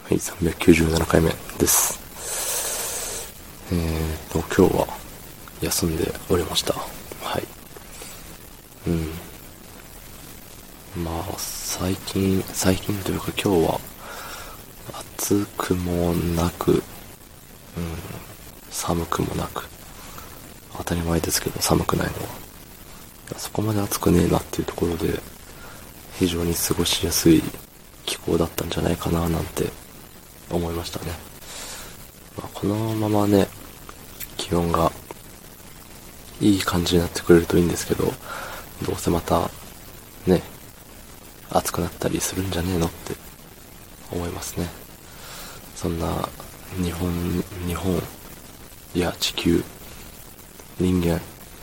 はい、397回目です。今日は休んでおりました。はい。まあ、最近というか今日は暑くもなく、寒くもなく、当たり前ですけど寒くないのは。そこまで暑くねえなっていうところで、非常に過ごしやすい気候だったんじゃないかななんて思いましたね。このままね、気温がいい感じになってくれるといいんですけど、どうせまたね、暑くなったりするんじゃねえのって思いますね。そんな日本いや地球、人間、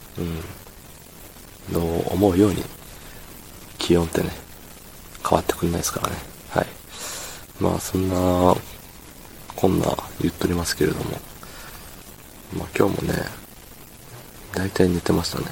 の思うように気温ってね、変わってくんないですからね。はい。まあそんなこんな言っとりますけれども、今日もね、だいたい寝てましたね。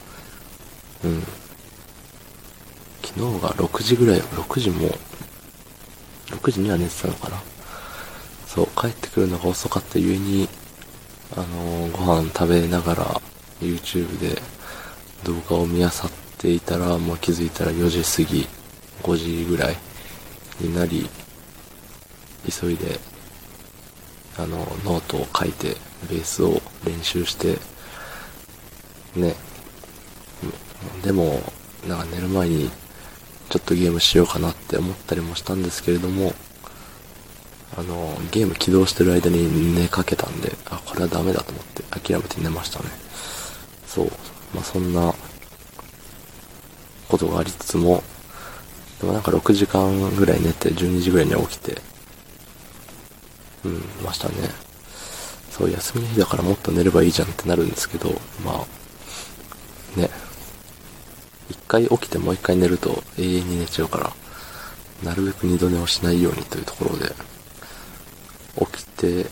昨日が6時ぐらい、6時には寝てたのかな。そう、帰ってくるのが遅かったゆえに、ご飯食べながら YouTube で動画を見漁っていたら、もう気づいたら4時過ぎ、5時ぐらいになり、急いでノートを書いてベースを練習してね。でもなんか寝る前にちょっとゲームしようかなって思ったりもしたんですけれども、ゲーム起動してる間に寝かけたんで、これはダメだと思って諦めて寝ましたね。そう、そんなことがありつつも、でもなんか6時間ぐらい寝て12時ぐらいに起きてましたね。そう、休みの日だからもっと寝ればいいじゃんってなるんですけど、ね、一回起きてもう一回寝ると永遠に寝ちゃうから、なるべく二度寝をしないようにというところで、起きて、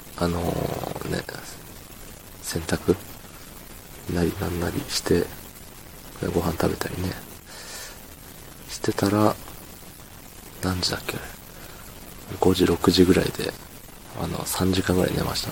洗濯なりなんなりして、ご飯食べたりね、してたら、何時だっけ、5時、6時ぐらいで、3時間ぐらい寝ましたね。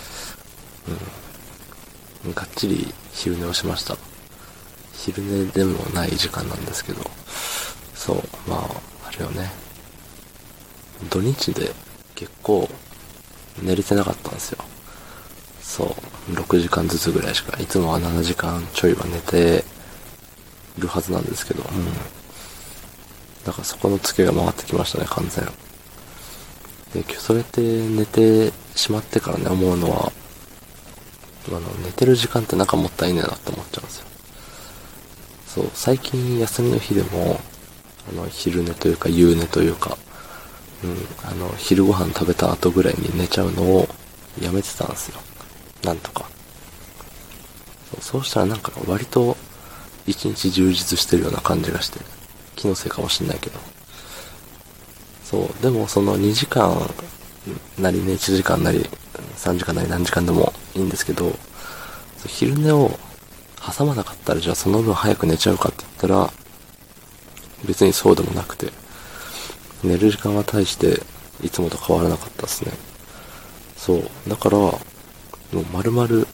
がっちり昼寝をしました。昼寝でもない時間なんですけど、そう、あれよね。土日で結構寝れてなかったんですよ。そう、6時間ずつぐらいしか、いつもは7時間ちょいは寝てるはずなんですけど、だからそこのツケが回ってきましたね、完全。で、それって寝てしまってからね、思うのは、寝てる時間ってなんかもったいねえなって思っちゃうんですよ。そう、最近休みの日でも、昼寝というか夕寝というか、昼ご飯食べた後ぐらいに寝ちゃうのをやめてたんですよ。なんとか。そうしたらなんか割と一日充実してるような感じがして、気のせいかもしんないけど。そう、でもその2時間なりね、1時間なり、3時間なり何時間でもいいんですけど、昼寝を挟まなかったらじゃあその分早く寝ちゃうかって言ったら、別にそうでもなくて、寝る時間は大していつもと変わらなかったですね。そう、だから、もう丸々、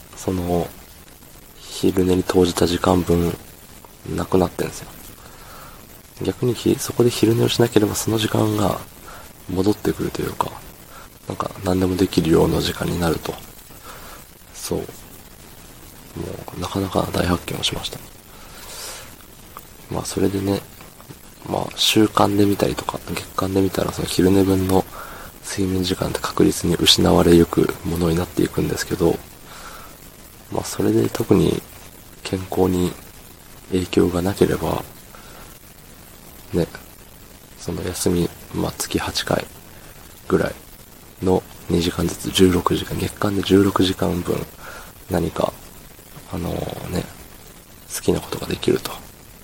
昼寝に投じた時間分、なくなってんですよ。逆にそこで昼寝をしなければその時間が戻ってくるというか、なんか何でもできるような時間になると。そう。もうなかなか大発見をしました。それでね、週間で見たりとか、月間で見たらその昼寝分の睡眠時間って確実に失われゆくものになっていくんですけど、それで特に健康に影響がなければ、ね、その休み、月8回ぐらいの2時間ずつ16時間、月間で16時間分何か、好きなことができると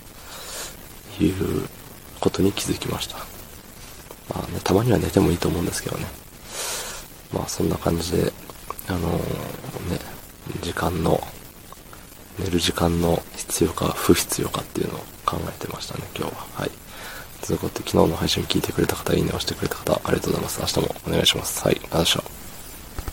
いうことに気づきました。たまには寝てもいいと思うんですけどね。そんな感じで、寝る時間の必要か不必要かっていうのを考えてましたね、今日は。はい。 ということで、昨日の配信聞いてくれた方、いいねをしてくれた方、ありがとうございます。明日もお願いします。はい、ありがとうございました。